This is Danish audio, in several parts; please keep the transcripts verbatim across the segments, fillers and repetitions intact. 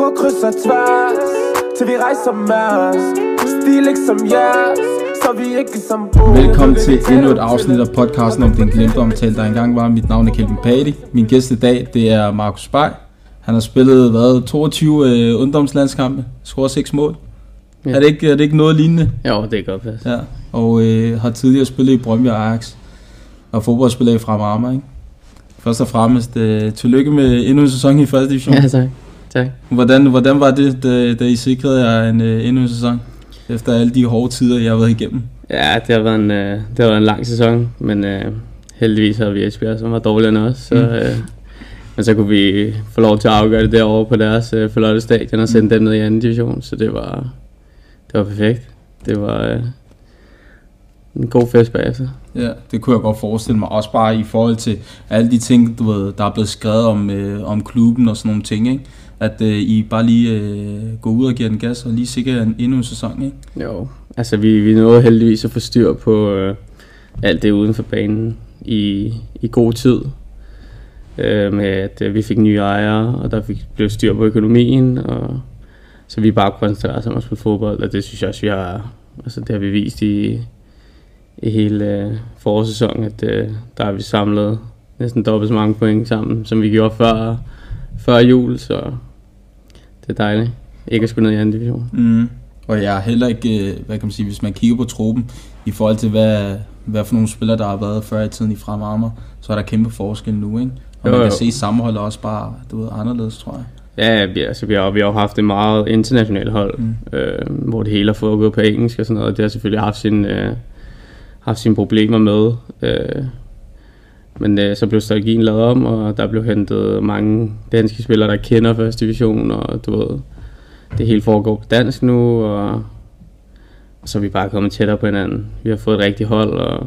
på kryds og tværs, til vi rejser med os. Stil ikke som jeres, så vi ikke som bo. Velkommen til endnu et afsnit af podcasten om den glemte omtale, der engang var. Mit navn er Kelvin Patti. Min gæst i dag, det er Markus Bay. Han har spillet hvad, toogtyve øh, ungdomslandskampe, scoret seks mål. Ja. Er, det ikke, er det ikke noget lignende? Jo, det er godt plads. Ja, og øh, har tidligere spillet i Brøndby og Ajax, og fodboldspiller i Fremad Amager, ikke? Først og fremmest, øh, tillykke med endnu en sæson i første division. Ja, tak. tak. Hvordan, hvordan var det, da, da I sikrede jer en, øh, endnu en sæson, efter alle de hårde tider, jeg har været igennem? Ja, det har været en, øh, det har været en lang sæson, men øh, heldigvis havde vi Esbjerg, som var dårligere end os. Så, øh, men så kunne vi få lov til at afgøre det derovre på deres øh, forlotte stadion og sende mm. dem ned i anden division, så det var, det var perfekt. Det var øh, en god fest bagefter. Ja, det kunne jeg godt forestille mig, også bare i forhold til alle de ting, du ved, der er blevet skrevet om, øh, om klubben og sådan nogle ting, ikke? At øh, I bare lige øh, går ud og giver den gas og lige sikrer en endnu en sæson, ikke? Jo, altså vi, vi nåede heldigvis at få styr på øh, alt det uden for banen i, i god tid. Øh, med at øh, vi fik nye ejere, og der fik, blev styr på økonomien, og så vi bare koncentrerer os om at spille fodbold, og det synes jeg også, vi har, altså det har vi vist i, i hele øh, forårssæsonen, at øh, der har vi samlet næsten dobbelt så mange point sammen, som vi gjorde før, før jul, så det er dejligt ikke at skulle ned i anden division. Mm. Og jeg er heller ikke, hvad kan man sige, hvis man kigger på truppen, i forhold til hvad, hvad for nogle spillere, der har været før i tiden i Fremad Amager, så er der kæmpe forskel nu, ikke? Og jo, man kan jo. se sammenholdet også bare, du ved, anderledes, tror jeg. Ja, vi, altså, vi, har, vi har jo haft et meget internationalt hold, mm. øh, hvor det hele har foregået på engelsk og sådan noget, og det har selvfølgelig haft sin, øh, haft sine problemer med. Øh, men øh, så blev strategien lavet om, og der blev hentet mange danske spillere, der kender første division, og du ved, det hele foregår på dansk nu, og, og så er vi bare kommet tættere på hinanden. Vi har fået et rigtigt hold, og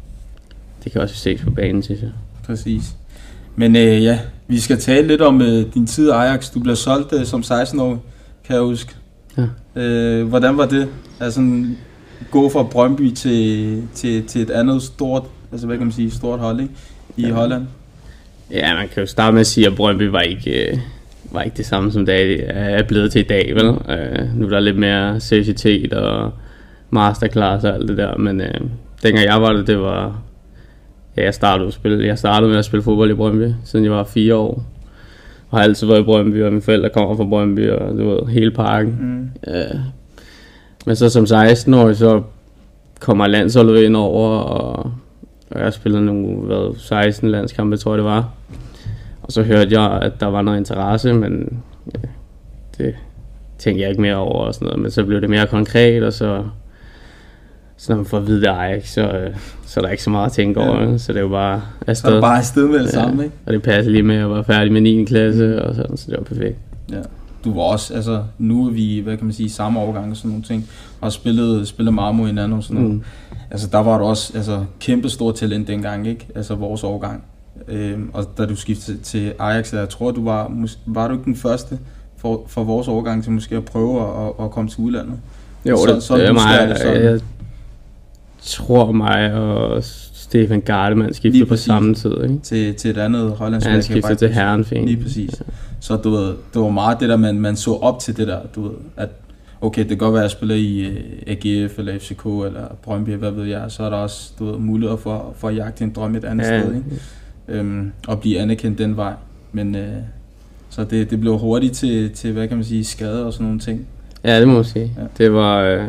det kan også ses på banen, synes jeg. Præcis. Men øh, ja, vi skal tale lidt om øh, din tid i Ajax. Du blev solgt øh, som seksten-årig, kan jeg huske. Ja. Øh, hvordan var det? Altså gå fra Brøndby til, til, til et andet stort, altså hvad kan man sige, stort hold, ikke? I ja. Holland? Ja, man kan jo starte med at sige, at Brøndby var ikke, øh, var ikke det samme, som det er blevet til i dag, vel? Øh, nu er der lidt mere seriøsitet og masterclass og alt det der, men øh, dengang jeg var det, det var... Ja, jeg startede, at spille, jeg startede med at spille fodbold i Brøndby, siden jeg var fire år. Og har altid været i Brøndby, og mine forældre kommer fra Brøndby, og du ved, hele parken. Mm. Ja. Men så som seksten-årig, så kommer landsholdet ind over, og, og jeg spillede nogle hvad, seksten landskampe, tror jeg det var. Og så hørte jeg, at der var noget interesse, men ja, det tænkte jeg ikke mere over og sådan noget. Men så blev det mere konkret, og så... Så når man får at vide, det er Ajax, så, så er der ikke så meget at tænke over, ja. Så det er jo bare afsted. Så er det bare afsted med det ja. samme, ikke? Og det passer lige med at være færdig med niende klasse, og sådan, så det var perfekt. Ja. Du var også, altså nu er vi, hvad kan man sige, samme årgang og sådan nogle ting, og spillet, spillet meget mod hinanden og sådan noget. Mm. Altså der var du også altså, kæmpe stor talent dengang, ikke? Altså vores årgang. Øhm, og da du skiftede til Ajax, jeg tror du var, var du ikke den første for, for vores årgang til måske at prøve at, at komme til udlandet? Jo, så, det, så, det er mig. Jeg, Jeg tror mig og Stefan Gardemann skiftede på samme tid, ikke? Til, til et andet hollandsk. Ja, han skiftede til Herrenfeen. Lige præcis. Ja. Så du ved, det var meget det der, man, man så op til det der, du ved, at okay, det kan godt være, at jeg spiller i A G F eller F C K eller Brøndby, hvad ved jeg, så er der også, du ved, muligheder for, for at jagte en drøm et andet ja. sted, ikke? Øhm, og blive anerkendt den vej. Men øh, så det, det blev hurtigt til, til, hvad kan man sige, skade og sådan nogle ting. Ja, det må man sige. Ja. Det var... Øh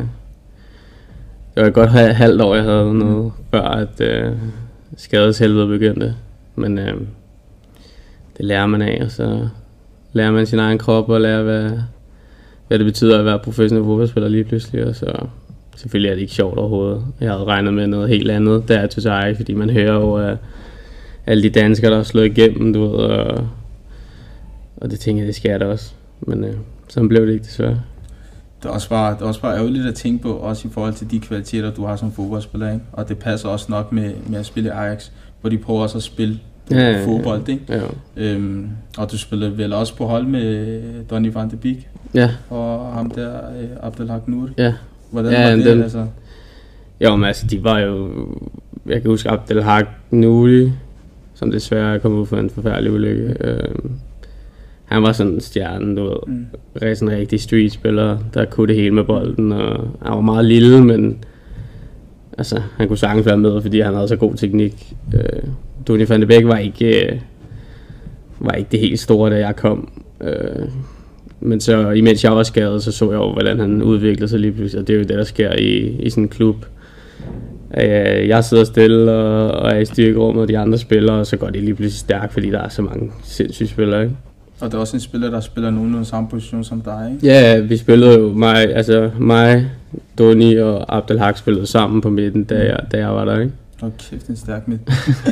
Det var et godt halvt år, jeg havde noget, mm. før at øh, skadeshelvede begyndte. Men øh, det lærer man af, og så lærer man sin egen krop og lærer, hvad, hvad det betyder at være professionel fodboldspiller lige pludselig. Og så selvfølgelig er det ikke sjovt overhovedet. Jeg havde regnet med noget helt andet, der er til sig, fordi man hører jo øh, alle de danskere, der har slået igennem, du ved, og, og det tænker jeg, det sker der også. Men øh, sådan blev det ikke desværre. Det er, også bare, det er også bare ærgerligt at tænke på, også i forhold til de kvaliteter, du har som fodboldspiller, ikke? Og det passer også nok med, med at spille i Ajax, hvor de prøver også at spille ja, ja, fodbold, ikke? Ja. Øhm, og du spillede vel også på hold med Donny van de Beek ja. og ham der, Abdelhak Nour. Ja. Hvordan ja, var det, den, altså? Jo, men altså, de var jo... Jeg kan huske Abdelhak Nour, som desværre kom ud for en forfærdelig ulykke. Øhm, han var sådan en stjerne, du ved. Mm. Sådan en rigtig street-spiller, der kunne det hele med bolden, og han var meget lille, men altså, han kunne sagtens være med, fordi han havde så god teknik. Øh, Donny van de Beek var ikke, øh, var ikke det helt store, da jeg kom. Øh, men så, imens jeg var skadet, så så jeg jo, hvordan han udviklede sig lige pludselig, og det er jo det, der sker i, i sådan en klub. Øh, jeg sidder stille og, og er i styrkerummet, og de andre spillere, og så går det lige pludselig stærkt, fordi der er så mange sindssyge spillere, ikke? Og der er også en spiller, der spiller nogenlunde samme position som dig, ikke? Ja, vi spillede jo mig, altså mig, Donny og Abdelhak spillede sammen på midten, da jeg, da jeg var der, ikke? Åh, kæft, en stærk midt.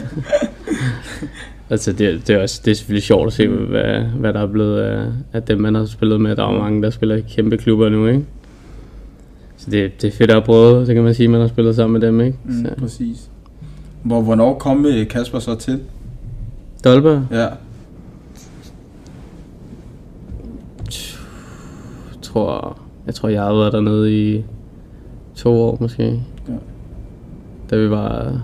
Altså, det, det, er også, det er selvfølgelig sjovt at se, hvad, hvad der er blevet af, af dem, man har spillet med. Der er mange, der spiller i kæmpe klubber nu, ikke? Så det, det er fedt at prøve, så kan man sige, at man har spillet sammen med dem, ikke? Mm, præcis. Hvor, hvornår kom Kasper så til? Dolberg? Ja. Jeg tror, jeg tror, jeg har været dernede i to år måske. Ja. Da vi var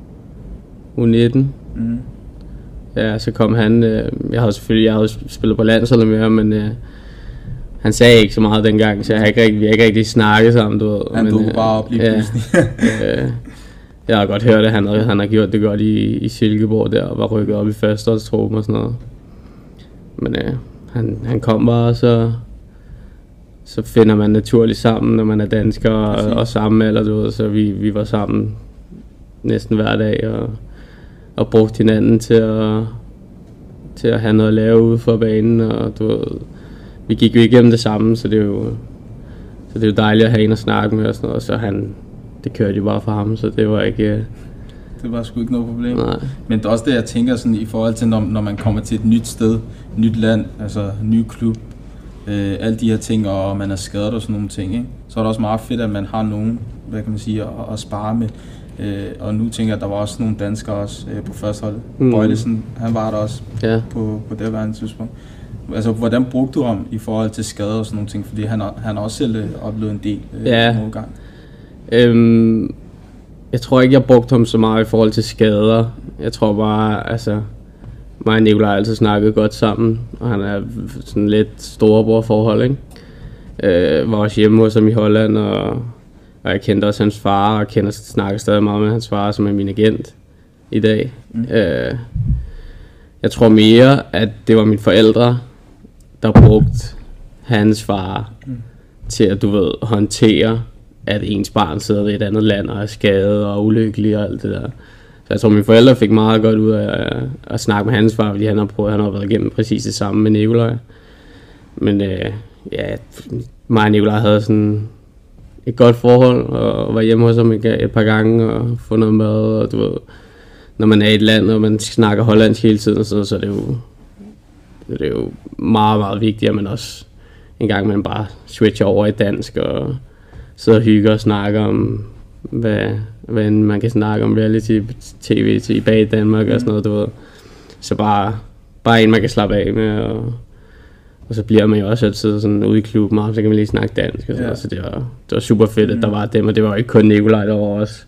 U nitten. Mm. Ja, så kom han. Øh, jeg havde selvfølgelig jeg havde spillet på landsholdet med ham, men øh, han sagde ikke så meget dengang, så jeg har ikke rigtig, vi har ikke rigtig snakket sammen, du ved. Han dukkede øh, bare op lige ja, pludselig. øh, jeg har godt hørt, at han, han har gjort det godt i, i Silkeborg der, og var rykket op i førsteholdstruppen og sådan noget. Men øh, han, han kom bare, så så finder man naturligt sammen, når man er dansker og, og sammen, eller du ved, så vi, vi var sammen næsten hver dag og, og brugte hinanden til at, til at have noget at lave ude for banen, og du ved, vi gik jo igennem det samme, så det er jo, så det er jo dejligt at have en at snakke med og sådan noget, så han, det kørte jo bare for ham, så det var ikke... Det var sgu ikke noget problem. Nej. Men det er også det, jeg tænker sådan, i forhold til, når, når man kommer til et nyt sted, nyt land, altså ny klub, øh, alle de her ting, og man er skadet og sådan nogle ting, ikke? Så er det også meget fedt, at man har nogen, hvad kan man sige, at, at spare med. Øh, og nu tænker jeg, at der var også nogle danskere også øh, på førsteholdet. Mm. Bøjlesen, han var der også ja. på, på det værende tidspunkt. Altså, hvordan brugte du ham i forhold til skader og sådan nogle ting? Fordi han har, han har også selv oplevet en del øh, ja. modgang. Øhm, jeg tror ikke, jeg brugte ham så meget i forhold til skader. Jeg tror bare, altså, mig og Nikolaj har altid snakket godt sammen, og han er sådan lidt storebror-forhold, ikke? Øh, var også hjemme hos ham i Holland, og, og jeg kendte også hans far, og kender, snakker stadig meget med hans far, som er min agent i dag. Mm. Øh, jeg tror mere, at det var mine forældre, der brugte hans far mm. til at, du ved, håndtere, at ens barn sidder i et andet land og er skadet og ulykkelig og alt det der. Så jeg tror, mine forældre fik meget godt ud af at, at snakke med hans far, fordi han har prøvet, han har været igennem præcis det samme med Nikolaj. Men øh, ja, mig og Nikolaj havde sådan et godt forhold, og var hjemme hos ham et, et par gange og få noget mad, og du ved, når man er i et land, og man snakker hollandsk hele tiden, så, så er det jo, det er jo meget, meget vigtigt, at man også en gang man bare switcher over i dansk, og sidder og hygger og snakker om, hvad, hvad man kan snakke om reality-tv i bag i Danmark og sådan noget, du ved. Så bare, bare en, man kan slappe af med, og, og så bliver man jo også altid sådan ude i klubben, og så kan man lige snakke dansk, og sådan, ja. Så det var, det var super fedt, at der var dem, og det var ikke kun Nikolaj, der var også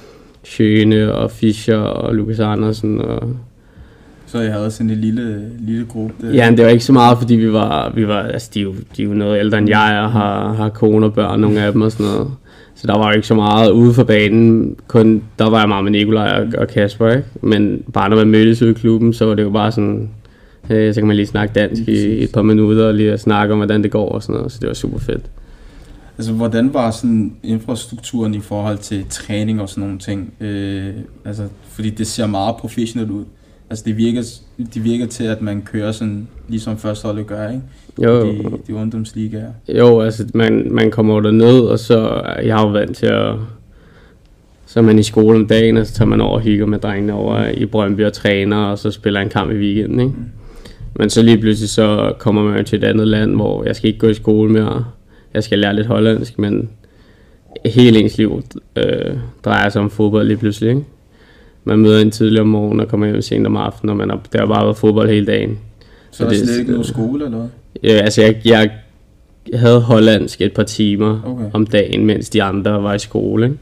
Schöne og Fischer og Lukas Andersen. Og så jeg havde sådan en lille, lille gruppe der. Ja, men det var ikke så meget, fordi vi var, vi var altså de er, jo, de er jo noget ældre end jeg, og har, har kone og børn, nogle af dem og sådan noget. Så der var jo ikke så meget ude for banen, kun der var jeg meget med Nikolaj og, og Kasper, ikke? Men bare når man mødtes ude i klubben, så var det jo bare sådan, hey, så kan man lige snakke dansk i, i et par minutter, og lige snakke om, hvordan det går og sådan noget, så det var super fedt. Altså, hvordan var sådan infrastrukturen i forhold til træning og sådan nogle ting? Øh, altså, fordi det ser meget professionelt ud. Altså, det virker, det virker til, at man kører sådan, ligesom førsteholdet gør, ikke? Jo. De, de ungdomsligaer. Jo, altså, man, man kommer jo derned, og så, jeg har jo vant til at, så er man i skole om dagen, og så tager man over og hygger med drengene over i Brøndby og træner, og så spiller en kamp i weekenden, ikke? Mm. Men så lige pludselig, så kommer man jo til et andet land, hvor jeg skal ikke gå i skole mere. Jeg skal lære lidt hollandsk, men hele ens liv øh, drejer sig om fodbold lige pludselig, ikke? Man møder en tidlig om morgenen og kommer hjem sent om aftenen, og man har, der har bare været fodbold hele dagen. Så, så er der slet ikke noget skole, eller hvad? Ja, altså jeg, jeg havde hollandsk et par timer okay. om dagen, mens de andre var i skole, ikke?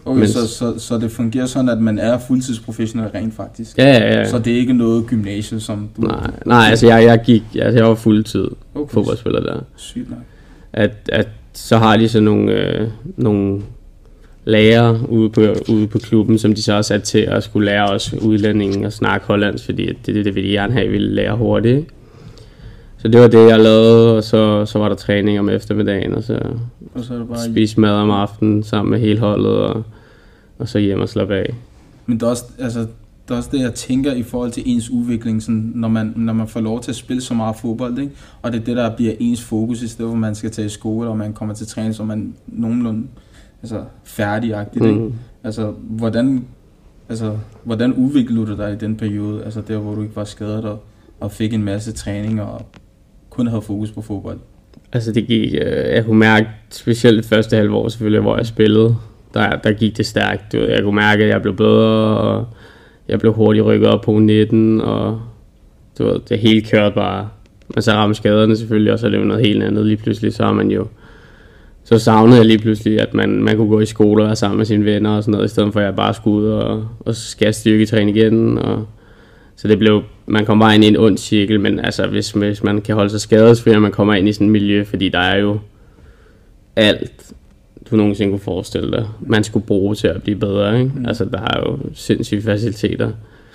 Okay, Men, så, så, så det fungerer sådan, at man er fuldtidsprofessionel rent faktisk? Ja, ja, ja. Så det er ikke noget gymnasie, som du... Nej, nej altså jeg, jeg gik, altså jeg var fuldtid okay. fodboldspiller der. Sygt nok. At, at så har de så nogle, øh, nogle lærere ude på, ude på klubben, som de så har sat til at skulle lære os udlændingen at snakke hollandsk, fordi det, det, det ville de gerne have, ville lære hurtigt. Så det var det, jeg lavede, og så, så var der træning om eftermiddagen, og så, og så bare spise mad om aftenen sammen med hele holdet, og, og så hjem og slappe af. Men det er, også, altså, det er også det, jeg tænker i forhold til ens udvikling, sådan, når, man, når man får lov til at spille så meget fodbold, ikke? Og det er det, der bliver ens fokus, i stedet for, at man skal tage i skole, og man kommer til træning, så man nogenlunde altså, færdigagtigt. Mm. Ikke? Altså, hvordan, altså, hvordan udviklede du dig i den periode, altså der, hvor du ikke var skadet, og, og fik en masse træning, og kun havde fokus på fodbold? Altså det gik, øh, jeg kunne mærke, specielt det første halve år selvfølgelig, hvor jeg spillede, der, der gik det stærkt. Jeg kunne mærke, at jeg blev bedre, og jeg blev hurtigt rykket op på U nitten, og du ved, det hele kørte bare. Men så ramte skaderne selvfølgelig, og så er det jo noget helt andet. Lige pludselig så har man jo, så savnede jeg lige pludselig, at man, man kunne gå i skole og være sammen med sine venner og sådan noget, i stedet for at jeg bare skulle ud og, og skal styrketræne igen. Og så det blev, man kommer bare ind i en ond cirkel, men altså hvis, hvis man kan holde sig skadesfri, og man kommer ind i sådan et miljø, fordi der er jo alt, du nogensinde kunne forestille dig, man skulle bruge til at blive bedre, ikke? Mm. Altså der er jo sindssyge faciliteter,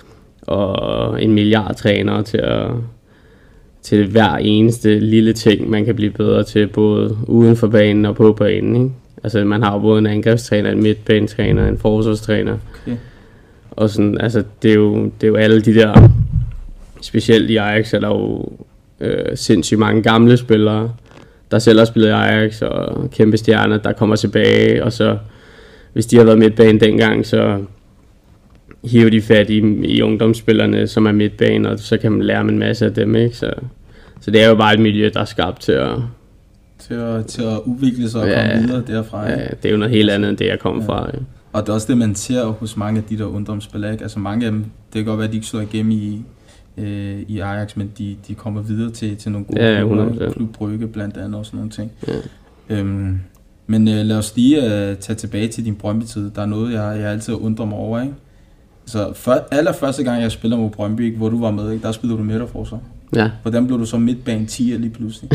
og en milliard trænere til at, til hver eneste lille ting, man kan blive bedre til, både uden for banen og på banen, ikke? Altså man har jo både en angrebstræner, en midtbanetræner, en forsvarstræner. Okay. Og sådan, altså det er jo, det er jo alle de der, specielt i Ajax er der jo øh, sindssygt mange gamle spillere, der selv har spillet i Ajax, og kæmpe stjerner, der kommer tilbage, og så, hvis de har været midtbane dengang, så hiver de fat i, i ungdomsspillerne, som er midtbane, og så kan man lære en masse af dem, ikke? Så, så det er jo bare et miljø, der er skabt til at... Til at, til at udvikle sig og ja, komme videre derfra, ikke? Ja, det er jo noget helt andet, end det jeg kom ja. fra, ikke? Og det er også det, man ser hos mange af de der ungdomsspillere, ikke? Altså mange af dem, det kan godt være, at de ikke slår igennem i, øh, i Ajax, men de, de kommer videre til, til nogle gode ja, klubber, Klub Brygge blandt andet og sådan nogle ting. Ja. Øhm, men øh, lad os lige øh, tage tilbage til din Brøndby-tid. Der er noget, jeg, jeg altid undrer mig over, ikke? Så for, allerførste gang, jeg spiller mod Brøndby, hvor du var med, ikke? Der spillede du midterforsvar. Ja. Hvordan blev du så midtbane tier lige pludselig?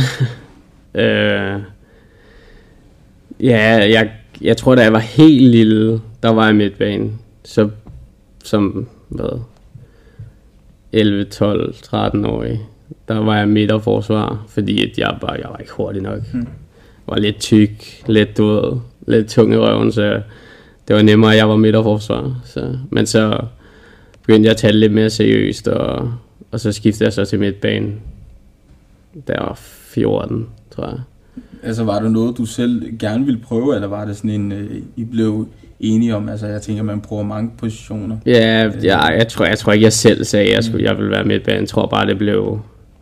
øh, ja, jeg, jeg tror, da jeg var helt lille, der var jeg midtbane. Så som, hvad, elleve, tolv, tretten årig, der var jeg midterforsvar, fordi at jeg, bare, jeg var ikke hurtig nok. Hmm. Jeg var lidt tyk, lidt du ved, lidt tung i røven, så det var nemmere, at jeg var midterforsvar. Så, men så begyndte jeg at tage det lidt mere seriøst, og, og så skiftede jeg så til midtbane, da jeg var fjorten, tror jeg. Altså var det noget, du selv gerne ville prøve, eller var det sådan en, øh, I blev enige om? Altså jeg tænker, man prøver mange positioner. Ja, ja jeg, tror, jeg tror ikke, jeg selv sagde, at jeg, skulle, jeg ville være midtbane. Jeg tror bare, det blev...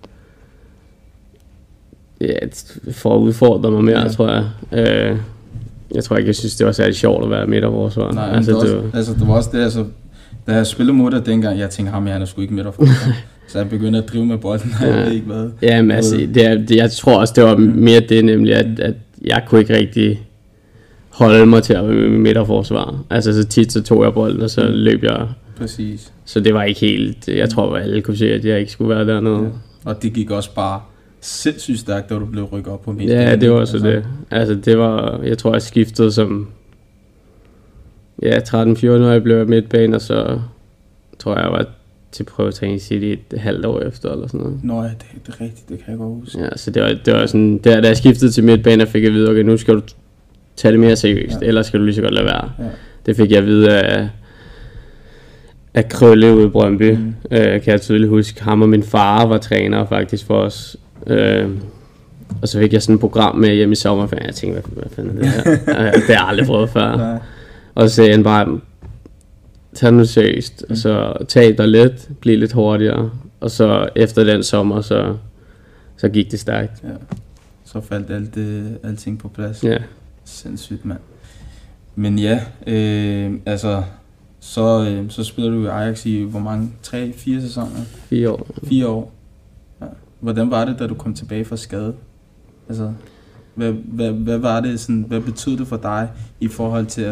Ja, for at udfordre mig mere, ja. tror jeg. Øh, jeg tror ikke, jeg synes, det var særlig sjovt at være midterforsvar. Nej, altså, det, også, det, var... altså, det var også det, altså... Da jeg spillede mod dig dengang, jeg tænkte, ham, jeg er sgu ikke midterforsvar. Så jeg begyndte at drive med bolden, og ja. jeg ved ikke hvad. Ja, men altså, det er, det, jeg tror også, det var mere det, nemlig, at, at jeg kunne ikke rigtig holde mig til at være midterforsvar. Altså, så tit så tog jeg bolden, og så mm. løb jeg. Præcis. Så det var ikke helt... Jeg tror, at alle kunne se, at jeg ikke skulle være dernede. Ja. Og det gik også bare sindssygt stærkt, da du blev rykket op på midten. Ja, det var også altså. det. Altså, det var... Jeg tror, jeg skiftede som... Ja, tretten fjorten år, jeg blev midtbane, og så tror jeg, jeg var til prøvetræning i City et halvt år efter, eller sådan noget. Nå ja, det, det er rigtigt, det kan jeg godt huske. Ja, så det var, det var sådan, der, da jeg skiftede til midtbane, og fik jeg at vide, okay, nu skal du tage det mere seriøst, ja. ellers skal du lige så godt lade være. Ja. Det fik jeg at vide af, af Krølle ude i Brøndby, mm. øh, kan jeg tydeligt huske. Ham og min far var træner faktisk for os. Øh, og så fik jeg sådan et program med hjemme i sommerferien, jeg tænkte, hvad, hvad fanden er det her? Det har jeg aldrig prøvet før. Nej. Og så sagde han bare, tag nu seriøst, mm. og så tag dig lidt, bliv lidt hurtigere, og så efter den sommer, så, så gik det stærkt. Ja. Så faldt alt det, alting på plads. Ja. Sindssygt, mand. Men ja, øh, altså, så, øh, så spiller du i Ajax i hvor mange? Tre, fire sæsoner? Fire år. Fire år. Ja. Hvordan var det, da du kom tilbage fra skade? Altså, hvad, hvad, hvad var det sådan, hvad betød det for dig i forhold til at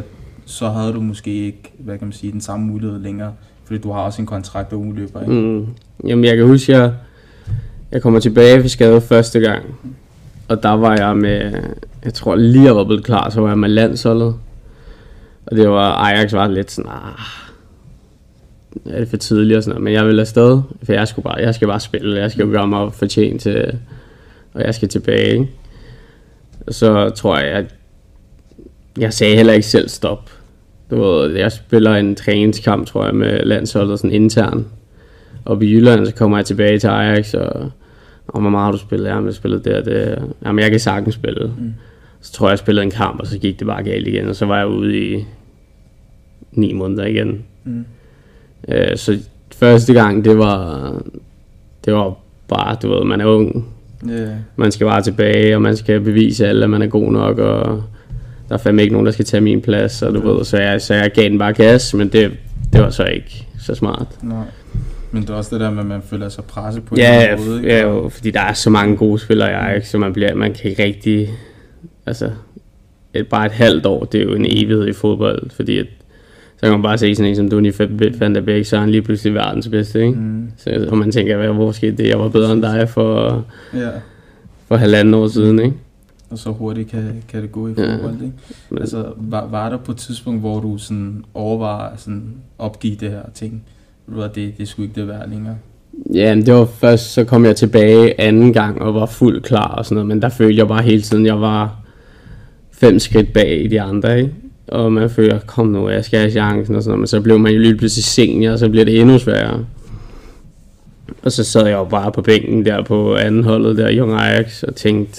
så havde du måske ikke, hvad kan man sige, den samme mulighed længere, fordi du har også en kontrakt, der udløber, ikke? Mm. Jamen jeg kan huske, jeg, jeg kommer tilbage fra skade første gang, og der var jeg med, jeg tror lige jeg var blevet klar, så var jeg med landsholdet, og det var, Ajax var lidt sådan, ah, er det for tidligt og sådan noget, men jeg ville afsted, for jeg, skulle bare, jeg skal bare spille, jeg skal jo gøre mig fortjent til, og jeg skal tilbage, ikke? Så tror jeg, at jeg sagde heller ikke selv stop. Du ved, jeg spiller en træningskamp, tror jeg, med landsholdet sådan intern. Og i Jylland, så kommer jeg tilbage til Ajax, og hvor meget har du spillet? Jamen, jeg spillede det og det. Jamen, jeg kan sagtens spille. Mm. Så tror jeg, jeg spillede en kamp, og så gik det bare galt igen, og så var jeg ude i ni måneder igen. Mm. Øh, så første gang, det var, det var bare, du ved, man er ung. Yeah. Man skal bare tilbage, og man skal bevise alle, at man er god nok, og der er fandme ikke nogen, der skal tage min plads, og du yeah. ved, så jeg, så jeg gav den bare gas, men det, det var så ikke så smart. Nej. Men det er også det der med, at man føler sig presset på ja, en måde, ikke? Ja, jo, fordi der er så mange gode spillere i Ajax, så man, bliver, man kan ikke rigtig, altså, et, bare et halvt år, det er jo en evighed i fodbold, fordi at, så kan man bare se sådan en som Donny van de Beek, så er han lige pludselig verdens bedste, ikke? Mm. Så, og man tænker, hvor skete det? Jeg var bedre end dig for, ja. for halvanden år siden, ikke? Og så hurtigt kan, kan det gå i fodbold, ja. Ikke? Altså, var, var der på et tidspunkt, hvor du sådan overvejer sådan opgive det her ting? Det, det skulle ikke det være længere? Ja, men det var først, så kom jeg tilbage anden gang og var fuldt klar og sådan noget, men der følte jeg bare hele tiden, jeg var fem skridt bag de andre, ikke? Og man føler, kom nu, jeg skal have chancen og sådan noget, men så blev man jo lige pludselig senior, og så bliver det endnu sværere. Og så sad jeg jo bare på bænken der på anden holdet der, Young Ajax, og tænkte,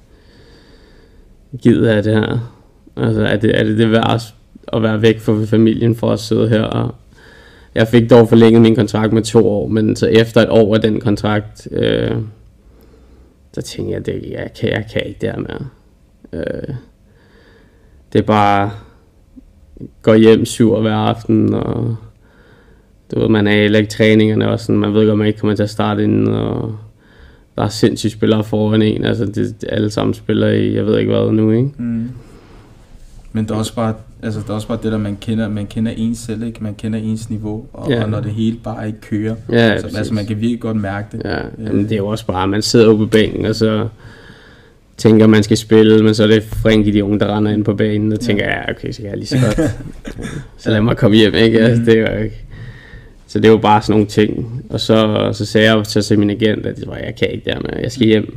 gider jeg det her? Altså, er det er det, det værd at være væk fra familien for at sidde her? Og jeg fik dog forlænget min kontrakt med to år, men så efter et år af den kontrakt, øh, så tænkte jeg, det, jeg, kan, jeg kan ikke der mere. Øh, det er bare, går hjem syv hver aften, og du ved, man er heller ikke træningerne også sådan, man ved godt, man ikke kommer til at starte inden, og der er sindssygt spillere foran en, altså det, det alle sammen spiller i, jeg ved ikke hvad nu, ikke? Mm. Men det er også bare, altså det er også bare det der, man kender, man kender ens selv, ikke? Man kender ens niveau, og, ja. og når det hele bare ikke kører, ja, så, altså man kan virkelig godt mærke det. Ja, jamen, det er jo også bare, man sidder oppe på bænken, og så tænker man skal spille, men så er det Frenkie de unge, der render ind på banen, og tænker, ja, okay, så kan jeg lige så godt, så lad mig komme hjem, ikke? Altså, det er jo ikke. Så det er jo bare sådan nogle ting, og så, så sagde jeg så til min agent, at jeg kan ikke der med, jeg skal hjem.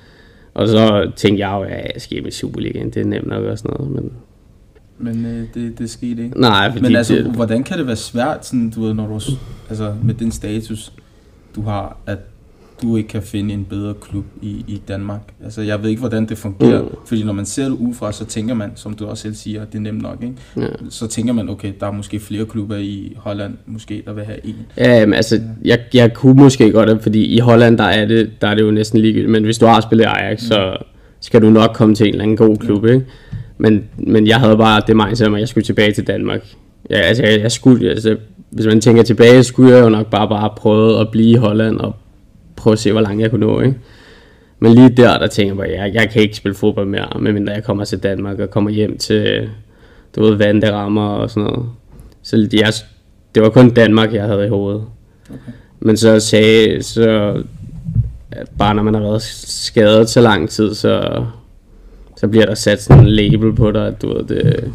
Og så tænkte jeg jo, ja, jeg skal hjem i Superligaen, det er nemt nok og sådan noget, men Men øh, det, det skete ikke. Nej, fordi men altså, det, hvordan kan det være svært, sådan, du ved, når du, altså, med den status, du har, at du ikke kan finde en bedre klub i, i Danmark? Altså, jeg ved ikke, hvordan det fungerer, mm. fordi når man ser det udefra, så tænker man, som du også selv siger, det er nemt nok, ikke? Ja. Så tænker man, okay, der er måske flere klubber i Holland, måske, der vil have en. Ja, men altså, jeg, jeg kunne måske godt, fordi i Holland, der er det, der er det jo næsten ligegyldigt, men hvis du har spillet i Ajax, mm. så skal du nok komme til en eller anden god klub, mm. ikke? Men, men jeg havde bare det mindset om, at jeg skulle tilbage til Danmark. Ja, altså, jeg, jeg skulle, altså, hvis man tænker tilbage, skulle jeg jo nok bare, bare prøve at blive i Holland og prøve at se, hvor langt jeg kunne nå, ikke? Men lige der, der tænker jeg bare, jeg, jeg kan ikke spille fodbold mere, medmindre jeg kommer til Danmark og kommer hjem til, du ved, Vanderammer og sådan noget. Så jeg, det var kun Danmark, jeg havde i hovedet. Okay. Men så sagde, så bare når man har været skadet så lang tid, så så bliver der sat sådan en label på dig, at du ved, det,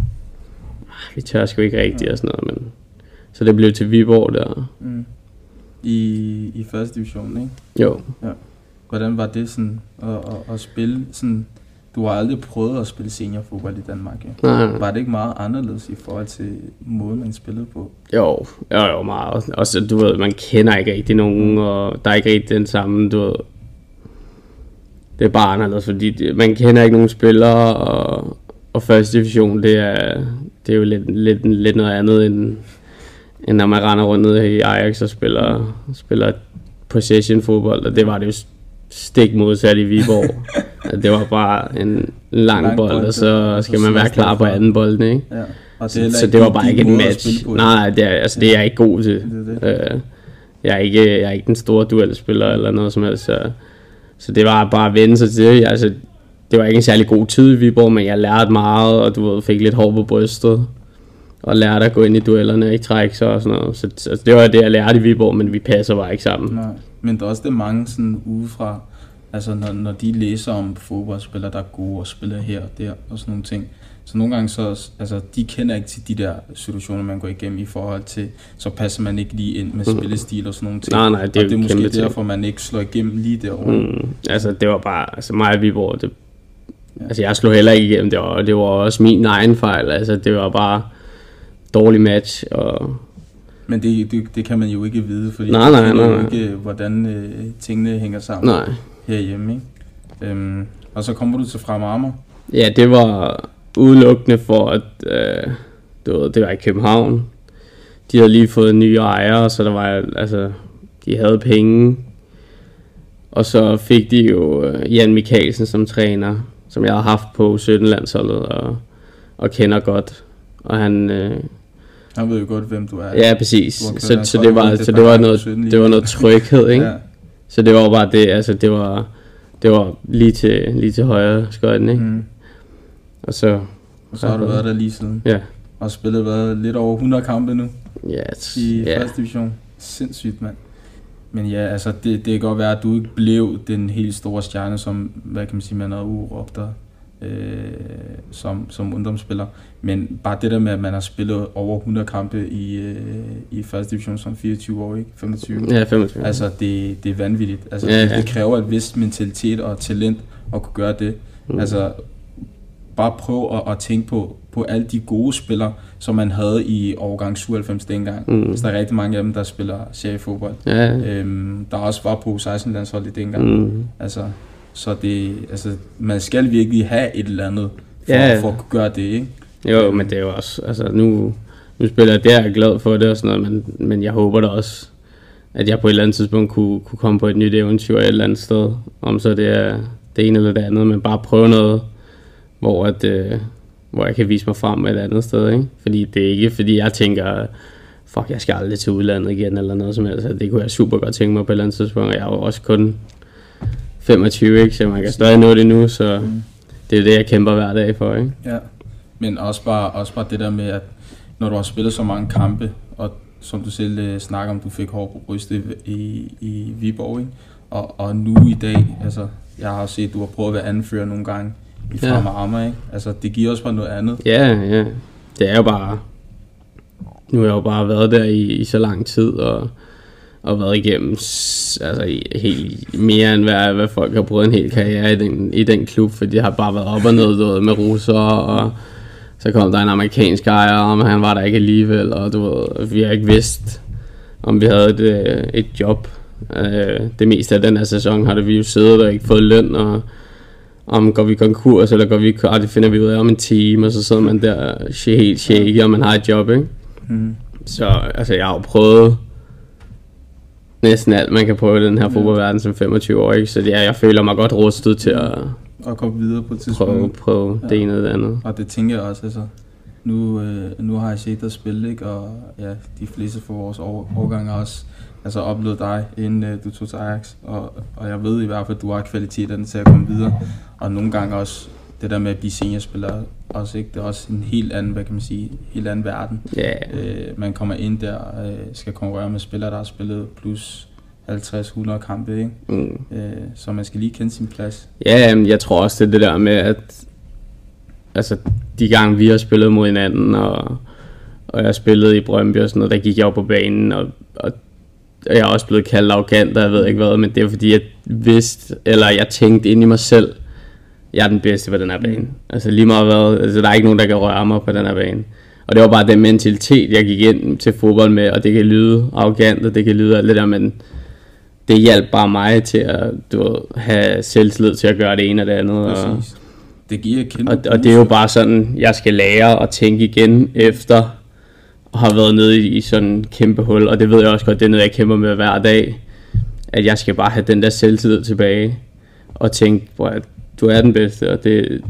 vi tør sgu ikke rigtigt og sådan noget, men så det blev til Viborg der. Mm. I, i første division, ikke? Jo. Ja. Hvordan var det sådan at, at, at spille sådan, du har aldrig prøvet at spille seniorfodbold i Danmark, ja? Nej, nej. Var det ikke meget anderledes i forhold til måden, man spillede på? Jo, jo, jo meget. Også, du ved, man kender ikke rigtig nogen, og der er ikke rigtig den samme, du ved. Det er bare anderledes, fordi det, man kender ikke nogen spillere, og, og første division, det er, det er jo lidt, lidt, lidt noget andet, end, end når man render rundt ned i Ajax og spiller, spiller possession fodbold, og det var det jo stik modsat i Viborg. Det var bare en lang, lang bold, bold, og så skal man være klar på anden bolden, ikke? Ja. Og det så, så det var bare ikke et match. Nej, det er, altså, det er jeg ikke god til. Det det. Uh, jeg, er ikke, jeg er ikke den store duelspiller eller noget som helst, så Så det var bare at vende sig til. Altså, det var ikke en særlig god tid i Viborg, men jeg lærte meget, og du ved, fik lidt hår på brystet. Og lærte at gå ind i duellerne, ikke trække sig og sådan noget. Så altså, det var det, jeg lærte i Viborg, men vi passer bare ikke sammen. Nej, men der er også det mange sådan udefra, altså når, når de læser om fodboldspillere, der er gode og spiller her og der og sådan nogle ting. Så nogle gange så, altså de kender ikke til de der situationer, man går igennem i forhold til, så passer man ikke lige ind med spillestil og sådan nogle ting. Nej, nej, det er, og det er måske kæmpe derfor, man ikke slår igennem lige derovre. Mm, altså det var bare, altså mig og Viborg, det, ja. Altså jeg slog heller ikke igennem, det var, det var også min egen fejl, altså det var bare dårlig match. Og men det, det, det kan man jo ikke vide, fordi nej, nej, man nej, jo nej. ikke, hvordan øh, tingene hænger sammen nej. herhjemme. Ikke? Øhm, og så kommer du til Fremad Amager. Ja, det var udelukkende for, at øh, det, var, det var i København. De havde lige fået nye ejere, så der var, altså, de havde penge. Og så fik de jo øh, Jan Mikkelsen som træner, som jeg har haft på sytten-landsholdet og, og kender godt. Og han... Øh, Han ved jo godt, hvem du er. Ja, præcis. Så, så, det var, så det var noget, det var noget tryghed, ikke? Ja. Så det var bare det, altså det var, det var lige til, lige til højre skøjten, ikke? Mm. Og så... Og så har du været der lige siden. Ja. Og spillet været lidt over hundrede kampe nu. Ja. I ja. første division. Sindssygt, mand. Men ja, altså det, det kan godt være, at du ikke blev den helt store stjerne, som, hvad kan man sige, man har udråbt dig øh, som, som ungdomsspiller. Men bare det der med, at man har spillet over hundrede kampe i, øh, i første division som fireogtyve år, ikke? femogtyve. Ja, femogtyve. Altså det, det er vanvittigt. Altså ja, ja. Det, det kræver et vist mentalitet og talent at kunne gøre det. Mm. Altså bare prøv at, at tænke på, på alle de gode spillere, som man havde i årgang syvoghalvfems dengang. Mm. Så der er rigtig mange af dem, der spiller seriefodbold. Ja. Øhm, der også var på seksten-landsholdet dengang. Mm. Altså, så det, altså, man skal virkelig have et eller andet for, ja. for at kunne gøre det, ikke? Jo, men det er jo også, altså nu, nu spiller jeg der, jeg er glad for det og sådan noget, men, men jeg håber da også, at jeg på et eller andet tidspunkt kunne, kunne komme på et nyt eventyr et eller andet sted, om så det er det ene eller det andet, men bare prøve noget, hvor, at, øh, hvor jeg kan vise mig frem et andet sted, ikke? Fordi det er ikke, fordi jeg tænker, fuck, jeg skal aldrig til udlandet igen, eller noget som helst. Det kunne jeg super godt tænke mig på et eller andet tidspunkt, og jeg er jo også kun femogtyve, ikke? Så man kan stadig nå det nu, så mm. det er det, jeg kæmper hver dag for, ikke? Ja, men også bare, også bare det der med, at når du har spillet så mange kampe, og som du selv uh, snakker om, du fik hår på brystet i, i Viborg, ikke? Og, og nu i dag, altså, jeg har set, at du har prøvet at være anfører nogle gange i Fremad Amager, ikke? Altså, det giver også bare noget andet. Ja, ja. Det er jo bare... Nu har jeg jo bare været der i, i så lang tid, og, og været igennem altså, helt mere end hvad, hvad folk har brugt en hel karriere i den, i den klub, for de har bare været op og ned ved, med russer, og så kom der en amerikansk ejer, og han var der ikke alligevel, og du ved, vi har ikke vidst, om vi havde et, et job. Det meste af den her sæson har det vi jo siddet og ikke fået løn, og om går vi konkurs, eller går vi ah, det finder vi ud af om en time, og så sidder man der helt shaky, og man har et job, ikke? Mm. Så altså, jeg har jo prøvet næsten alt, man kan prøve i den her mm. fodboldverden som femogtyve år, ikke? Så det er, jeg føler mig godt rustet til at og komme videre på et tidspunkt. Prøve, prøve ja. det ene eller det andet. Og det tænker jeg også, altså. Nu, øh, nu har jeg set dig spille, ikke? Og ja, de fleste for vores år, årgang har også altså, oplevet dig, inden øh, du tog til Ajax. Og, og jeg ved i hvert fald, at du har kvaliteterne til at komme videre. Og nogle gange også det der med at blive seniorspiller, også, ikke? Det er også en helt anden, hvad kan man sige, helt anden verden. Yeah. Øh, man kommer ind der og øh, skal konkurrere med spillere, der har spillet plus halvtreds hundrede kampe, ikke? Mm. Øh, så man skal lige kende sin plads. Ja, jeg tror også, det er det der med, at altså, de gange vi har spillet mod hinanden, og, og jeg spillede i Brøndby og sådan noget, der gik jeg op på banen, og, og, og jeg er også blevet kaldt arrogant, og jeg ved ikke hvad, men det er fordi, jeg vidste, eller jeg tænkte ind i mig selv, jeg er den bedste på den her bane. Altså lige meget hvad, altså der er ikke nogen, der kan røre mig på den her bane. Og det var bare den mentalitet, jeg gik ind til fodbold med, og det kan lyde arrogant, og det kan lyde alt det der, men det hjalp bare mig til at du ved, have selvtillid til at gøre det ene og det andet. Og, det giver kæmpe og, og det er jo bare sådan, jeg skal lære at tænke igen efter at have været nede i, i sådan en kæmpe hul, og det ved jeg også godt, det er noget, jeg kæmper med hver dag, at jeg skal bare have den der selvtillid tilbage, og tænke på, at du er den bedste, og det,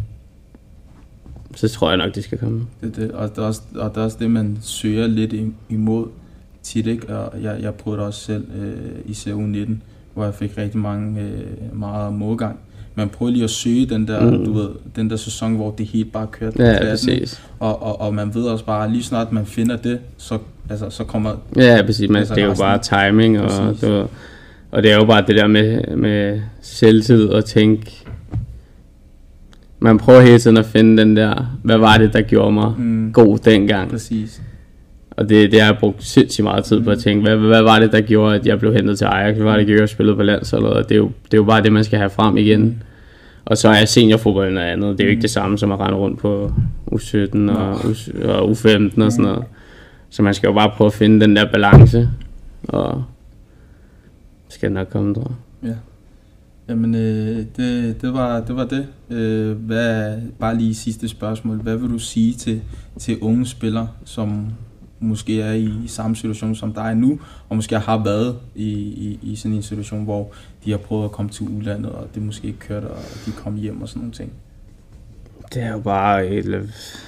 så tror jeg nok, det skal komme. Det, det, og, det er også, og det er også det, man søger lidt imod tit, ikke? Og jeg, jeg prøvede det også selv øh, i C U nitten, hvor jeg fik rigtig mange, øh, meget modgang. man prøver lige at søge den der, Mm. du ved, den der sæson, hvor det helt bare kørte på Ja, klassen. præcis. Og, og, og man ved også bare, lige snart man finder det, så, altså, så kommer... Ja, præcis, men altså det er jo resten. bare timing, og, Præcis. det var, og det er jo bare det der med, med selvtid og tænke, man prøver hele tiden at finde den der, hvad var det, der gjorde mig Mm. god dengang, Præcis. og det, det har jeg brugt sindssygt meget tid på at tænke, hvad, hvad var det, der gjorde, at jeg blev hentet til Ajax, hvad var det, der gjorde, at jeg spillede på landsholdet, og det er, jo, det er jo bare det, man skal have frem igen. Mm. Og så er seniorfodbold noget andet. Det er jo ikke Mm. det samme som at rende rundt på U sytten og, U- og U femten og sådan noget. Så man skal jo bare prøve at finde den der balance. Og det skal nok komme, tror jeg. Ja. Jamen, øh, det, det, var, det var det. Øh, hvad, bare lige sidste spørgsmål. Hvad vil du sige til, til unge spillere, som måske er i samme situation som dig nu, og måske har været i, i, i sådan en situation, hvor de har prøvet at komme til udlandet, og det måske ikke kørte, og de kom hjem og sådan nogle ting? Det er jo bare et...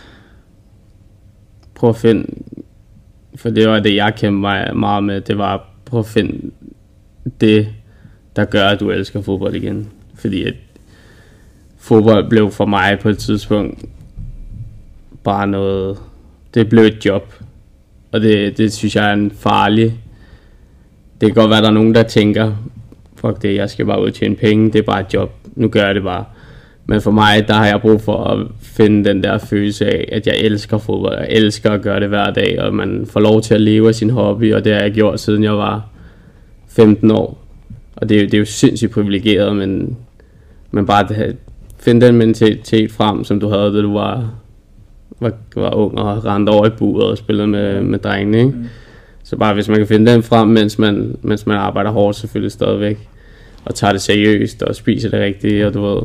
Prøv at finde... For det var det, jeg kæmpede mig meget med. Det var at prøve at finde det, der gør, at du elsker fodbold igen. Fordi at fodbold blev for mig på et tidspunkt bare noget... Det blev et job. Og det, det synes jeg er en farlig... Det kan godt være, at der er nogen, der tænker, fuck det, jeg skal bare ud og tjene penge, det er bare et job. Nu gør jeg det bare. Men for mig, der har jeg brug for at finde den der følelse af, at jeg elsker fodbold. Jeg elsker at gøre det hver dag, og man får lov til at leve af sin hobby, og det har jeg gjort, siden jeg var femten år. Og det er, det er jo sindssygt privilegeret, men, men bare det, finde den mentalitet frem, som du havde, da du var, var, var ung og rendte over i buret og spillede med, med drengene, ikke? Mm. Så bare hvis man kan finde den frem, mens man, mens man arbejder hårdt selvfølgelig stadigvæk, og tager det seriøst og spiser det rigtigt, og du ved,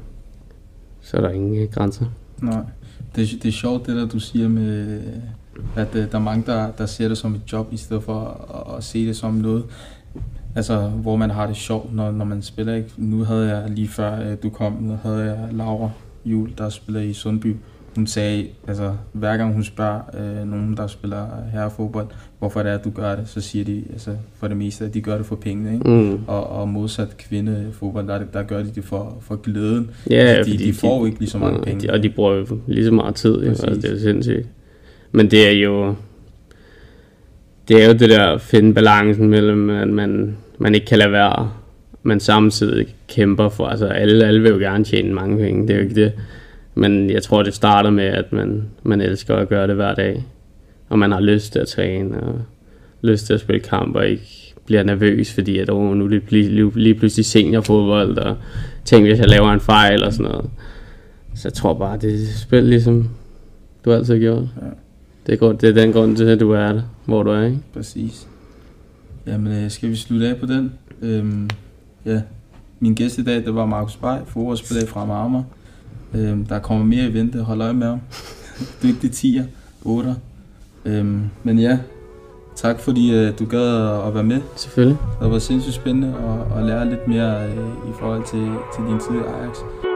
så er der ingen grænser. Nej. Det, det er sjovt det der, du siger med, at uh, der er mange, der, der ser det som et job, i stedet for at, at se det som noget, altså hvor man har det sjovt, når, når man spiller. Ikke? Nu havde jeg lige før uh, du kom, nu havde jeg Laura Juhl, der spiller i Sundby. Hun sagde, altså hver gang hun spørger øh, nogen, der spiller herrefodbold, hvorfor det er, at du gør det, så siger de altså, for det meste, at de gør det for pengene, ikke? Mm. Og, og modsat kvindefodbold, der, der gør de det for, for glæden. Ja, altså, de, fordi de får jo ikke lige så mange ja, penge. De, og de bruger jo lige så meget tid, jo, altså, Præcis. det er sindssygt. Men det er jo, det er jo det der at finde balancen mellem, at man, man ikke kan lade være, men samtidig kæmper for, altså alle, alle vil jo gerne tjene mange penge, det er jo ikke det. Men jeg tror, det starter med, at man, man elsker at gøre det hver dag. Og man har lyst til at træne, og lyst til at spille kamp, og ikke bliver nervøs, fordi at, oh, nu er det lige, lige, lige pludselig seniorfodbold, og tænk, hvis jeg laver en fejl og sådan noget. Så jeg tror bare, det er spil ligesom du altid har gjort. Ja. Det, er grund, det er den grund til, at du er der, hvor du er, ikke? Præcis. Jamen, øh, skal vi slutte af på den? Øhm, ja. Min gæst i dag, det var Markus Bay, fodboldspiller fra Amager. Øhm, der kommer mere i vente, hold øje med ham. Dygtig tier, otter. Øhm, men ja, tak fordi øh, du gad at være med. Selvfølgelig. Det var sindssygt spændende at, at lære lidt mere øh, i forhold til, til din tid i Ajax.